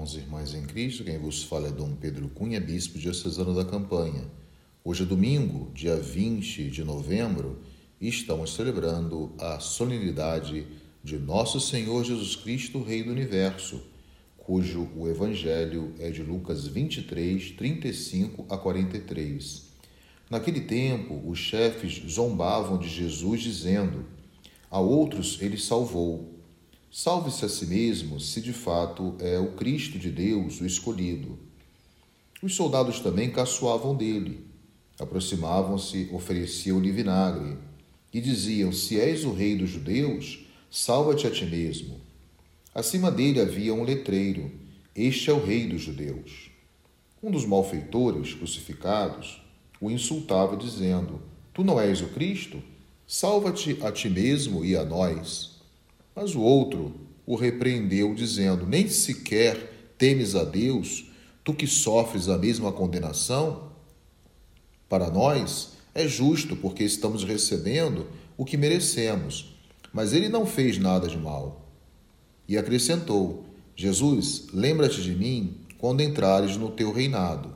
irmãos e irmãs em Cristo, quem vos fala é Dom Pedro Cunha, bispo diocesano da Campanha. Hoje é domingo, dia 20 de novembro, e estamos celebrando a solenidade de Nosso Senhor Jesus Cristo, Rei do Universo, cujo o Evangelho é de Lucas 23, 35 a 43. Naquele tempo, os chefes zombavam de Jesus, dizendo: a outros ele salvou. Salve-se a si mesmo, se de fato é o Cristo de Deus, o escolhido. Os soldados também caçoavam dele. Aproximavam-se, ofereciam-lhe vinagre e diziam: se és o rei dos judeus, salva-te a ti mesmo. Acima dele havia um letreiro: este é o rei dos judeus. Um dos malfeitores crucificados o insultava, dizendo: tu não és o Cristo? Salva-te a ti mesmo e a nós. Mas o outro o repreendeu, dizendo: nem sequer temes a Deus, tu que sofres a mesma condenação? Para nós é justo, porque estamos recebendo o que merecemos, mas ele não fez nada de mal. E acrescentou: Jesus, lembra-te de mim quando entrares no teu reinado.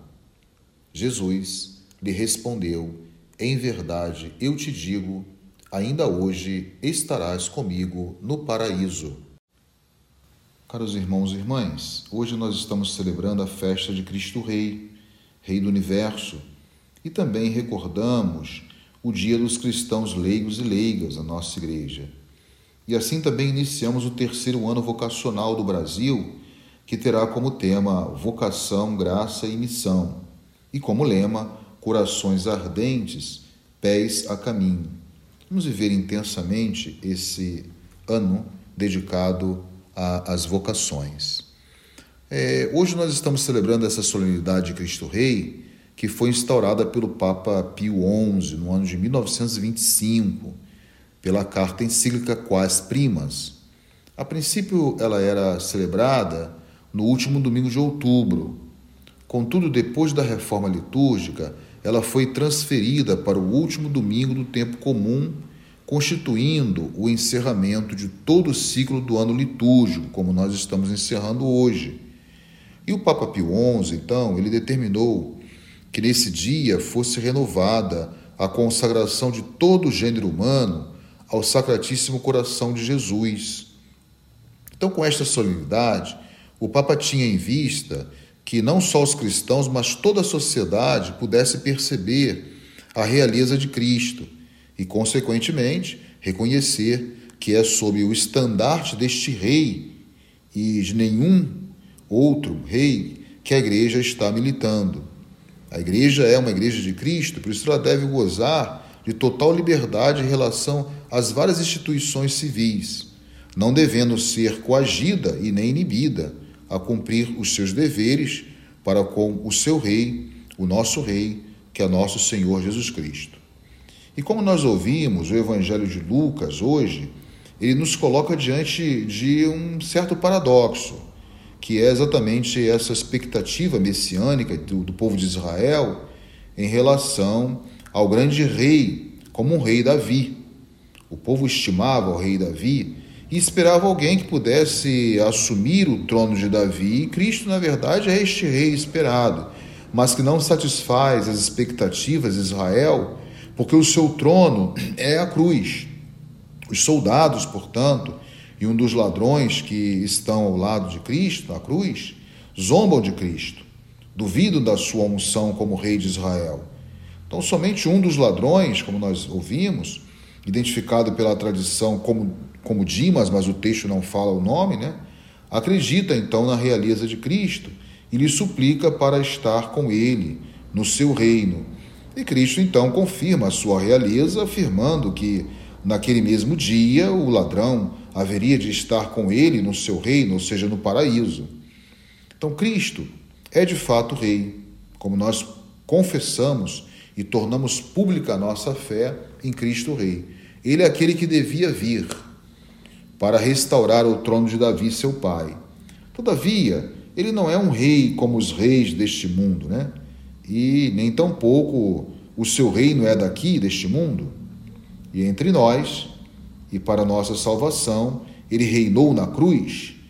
Jesus lhe respondeu: em verdade eu te digo, ainda hoje estarás comigo no paraíso. Caros irmãos e irmãs, hoje nós estamos celebrando a festa de Cristo Rei, Rei do Universo, e também recordamos o Dia dos Cristãos Leigos e Leigas, a nossa igreja. E assim também iniciamos o terceiro ano vocacional do Brasil, que terá como tema Vocação, Graça e Missão, e como lema Corações Ardentes, Pés a Caminho. Vamos viver intensamente esse ano dedicado às vocações. Hoje nós estamos celebrando essa solenidade de Cristo Rei, que foi instaurada pelo Papa Pio XI no ano de 1925, pela carta encíclica Quas Primas. A princípio ela era celebrada no último domingo de outubro. Contudo, depois da reforma litúrgica, ela foi transferida para o último domingo do tempo comum, constituindo o encerramento de todo o ciclo do ano litúrgico, como nós estamos encerrando hoje. E o Papa Pio XI, então, ele determinou que nesse dia fosse renovada a consagração de todo o gênero humano ao Sacratíssimo Coração de Jesus. Então, com esta solenidade, o Papa tinha em vista que não só os cristãos, mas toda a sociedade pudesse perceber a realeza de Cristo e, consequentemente, reconhecer que é sob o estandarte deste rei e de nenhum outro rei que a igreja está militando. A igreja é uma igreja de Cristo, por isso ela deve gozar de total liberdade em relação às várias instituições civis, não devendo ser coagida e nem inibida a cumprir os seus deveres para com o seu rei, o nosso rei, que é nosso Senhor Jesus Cristo. E como nós ouvimos, o Evangelho de Lucas hoje, ele nos coloca diante de um certo paradoxo, que é exatamente essa expectativa messiânica do povo de Israel em relação ao grande rei, como um rei Davi. O povo estimava o rei Davi e esperava alguém que pudesse assumir o trono de Davi. E Cristo, na verdade, é este rei esperado, mas que não satisfaz as expectativas de Israel, porque o seu trono é a cruz. Os soldados, portanto, e um dos ladrões que estão ao lado de Cristo, na cruz, zombam de Cristo, duvidam da sua unção como rei de Israel. Então, somente um dos ladrões, como nós ouvimos, identificado pela tradição como Dimas, mas o texto não fala o nome, acredita então na realeza de Cristo e lhe suplica para estar com ele no seu reino. E Cristo então confirma a sua realeza, afirmando que naquele mesmo dia o ladrão haveria de estar com ele no seu reino, ou seja, no paraíso. Então Cristo é de fato rei, como nós confessamos e tornamos pública a nossa fé em Cristo Rei. Ele é aquele que devia vir para restaurar o trono de Davi, seu pai. Todavia, ele não é um rei como os reis deste mundo, E nem tampouco o seu reino é daqui, deste mundo. E entre nós, e para nossa salvação, ele reinou na cruz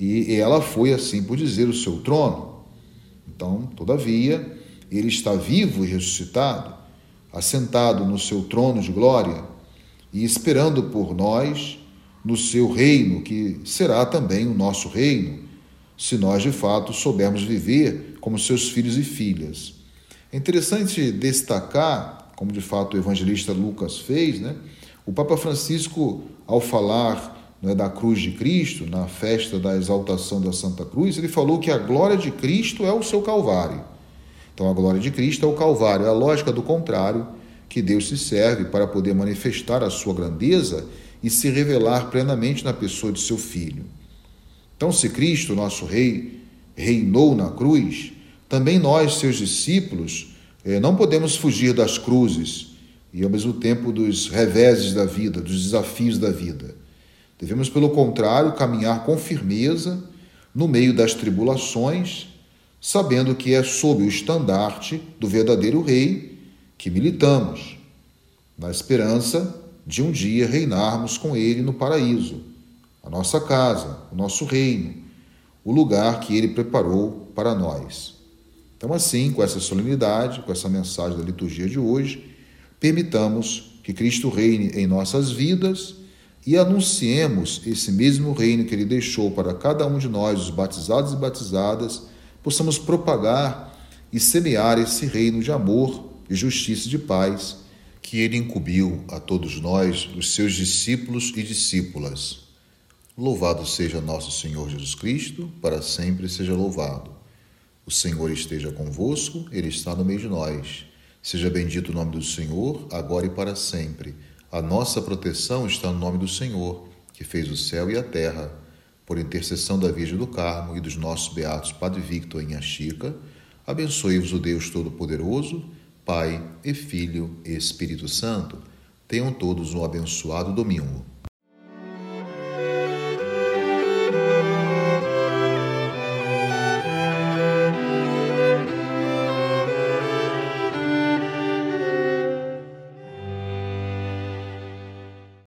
e ela foi, assim por dizer, o seu trono. Então, todavia, ele está vivo e ressuscitado, assentado no seu trono de glória e esperando por nós no seu reino, que será também o nosso reino, se nós de fato soubermos viver como seus filhos e filhas. É interessante destacar, como de fato o evangelista Lucas fez, o Papa Francisco, ao falar da cruz de Cristo, na festa da exaltação da Santa Cruz, ele falou que a glória de Cristo é o seu Calvário. Então a glória de Cristo é o Calvário, é a lógica do contrário que Deus se serve para poder manifestar a sua grandeza e se revelar plenamente na pessoa de seu Filho. Então, se Cristo, nosso Rei, reinou na cruz, também nós, seus discípulos, não podemos fugir das cruzes e, ao mesmo tempo, dos reveses da vida, dos desafios da vida. Devemos, pelo contrário, caminhar com firmeza no meio das tribulações, sabendo que é sob o estandarte do verdadeiro Rei que militamos, na esperança de um dia reinarmos com Ele no paraíso, a nossa casa, o nosso reino, o lugar que Ele preparou para nós. Então, assim, com essa solenidade, com essa mensagem da liturgia de hoje, permitamos que Cristo reine em nossas vidas e anunciemos esse mesmo reino que Ele deixou para cada um de nós, os batizados e batizadas, possamos propagar e semear esse reino de amor, de justiça e de paz que Ele incumbiu a todos nós, os seus discípulos e discípulas. Louvado seja nosso Senhor Jesus Cristo, para sempre seja louvado. O Senhor esteja convosco, Ele está no meio de nós. Seja bendito o nome do Senhor, agora e para sempre. A nossa proteção está no nome do Senhor, que fez o céu e a terra. Por intercessão da Virgem do Carmo e dos nossos beatos Padre Victor e Inha Chica, abençoe-vos o Deus Todo-Poderoso, Pai e Filho e Espírito Santo. Tenham todos um abençoado domingo.